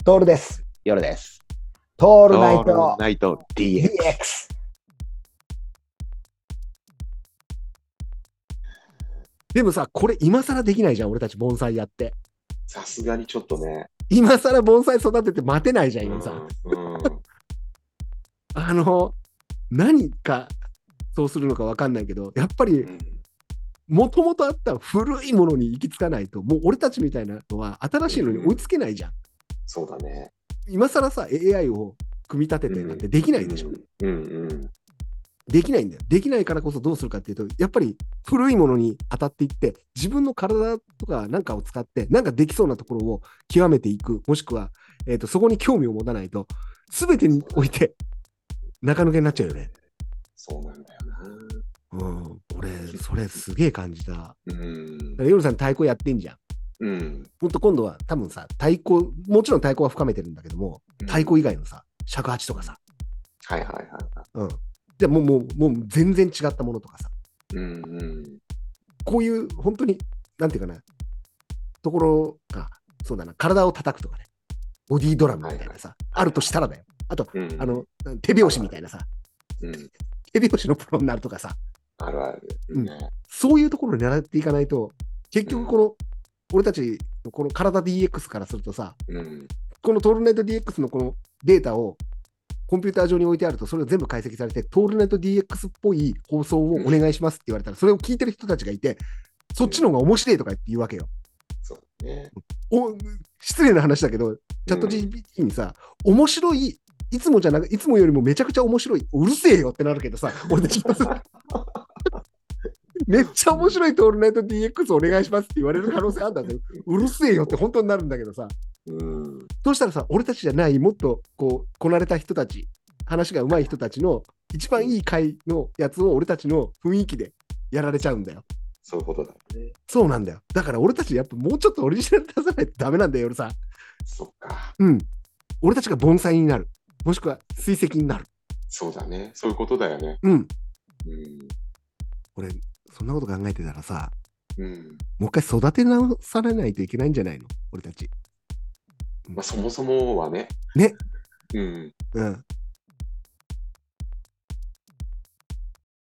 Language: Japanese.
トールです。 夜です。 トールナイオールトナイト DX。 DX。でもさ、これ今更できないじゃん、俺たち盆栽やって。 さすがにちょっとね。 今更盆栽育てて待てないじゃん、今さ。あの、何かそうするのか分かんないけど、やっぱり、もともとあった古いものに行き着かないと、もう俺たちみたいなのは新しいのに追いつけないじゃん。 そうだね。 今更さ、AI を組み立ててなんてできないでしょ。できないんだよ。できないからこそどうするかっていうと、やっぱり古いものに当たっていって、自分の体とかなんかを使って、なんかできそうなところを極めていく、もしくは、そこに興味を持たないと、すべてにおいて中抜けになっちゃうよね。 そうなんだよな。 俺、それすげえ感じた。夜さん太鼓やってんじゃん。ほんと今度は多分さ、太鼓、もちろん太鼓は深めてるんだけども、太鼓以外のさ、尺八とかさ。でもう全然違ったものとかさ。こういう本当に、なんていうかな、ところが、そうだな、体を叩くとかね、ボディードラムみたいなさ、あるとしたらだよ。あと、手拍子みたいなさ、手拍子のプロになるとかさ、 あるある、 そういうところに狙っていかないと、結局この、俺たちのこの体 DX からするとさ、このトールナイト DX のこのデータをコンピューター上に置いてあると、それを全部解析されて、トールナイト DX っぽい放送をお願いしますって言われたら、それを聞いてる人たちがいて、そっちの方が面白いとかって言うわけよ。 そうね。 失礼な話だけど、チャット GPT にさ、面白い、いつもよりもめちゃくちゃ面白い、うるせえよってなるけどさ、俺たちめっちゃ面白いトールナイト DX お願いしますって言われる可能性あったんだよ。うるせえよって本当になるんだけどさ。そうしたらさ、俺たちじゃない、もっとこなれた人たち、話が上手い人たちの一番いい回のやつを俺たちの雰囲気でやられちゃうんだよ。 そういうことだね。 そうなんだよ。だから俺たちやっぱもうちょっとオリジナル出さないとダメなんだよ、俺さ。 そっか。 俺たちが盆栽になる。もしくは水石になる。 そうだね。そういうことだよね。 俺、そんなこと考えてたらさ、もう一回育て直されないといけないんじゃないの俺たち。 そもそもはね。 ね。